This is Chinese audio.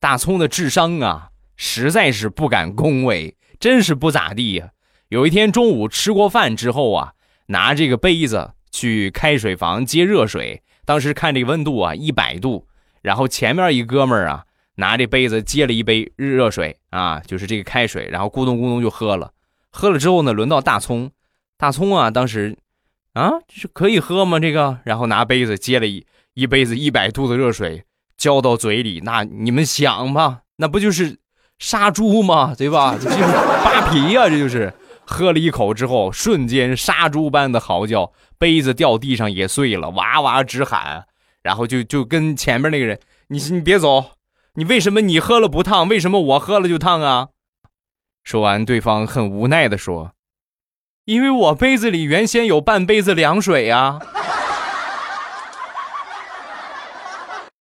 大葱的智商啊，实在是不敢恭维，真是不咋地呀。有一天中午吃过饭之后啊，拿这个杯子去开水房接热水，当时看这个温度啊100度，然后前面一哥们儿啊拿这杯子接了一杯热水啊，就是这个开水，然后咕咚咕咚就喝了。喝了之后呢，轮到大葱啊，当时啊，这是可以喝吗？这个，然后拿杯子接了一杯子100度的热水，浇到嘴里，那你们想吧，那不就是杀猪吗？对吧？这就是扒皮啊，这就是喝了一口之后，瞬间杀猪般的嚎叫，杯子掉地上也碎了，哇哇直喊，然后就跟前面那个人，你别走，你为什么你喝了不烫，为什么我喝了就烫啊？说完，对方很无奈的说，因为我杯子里原先有半杯子凉水啊。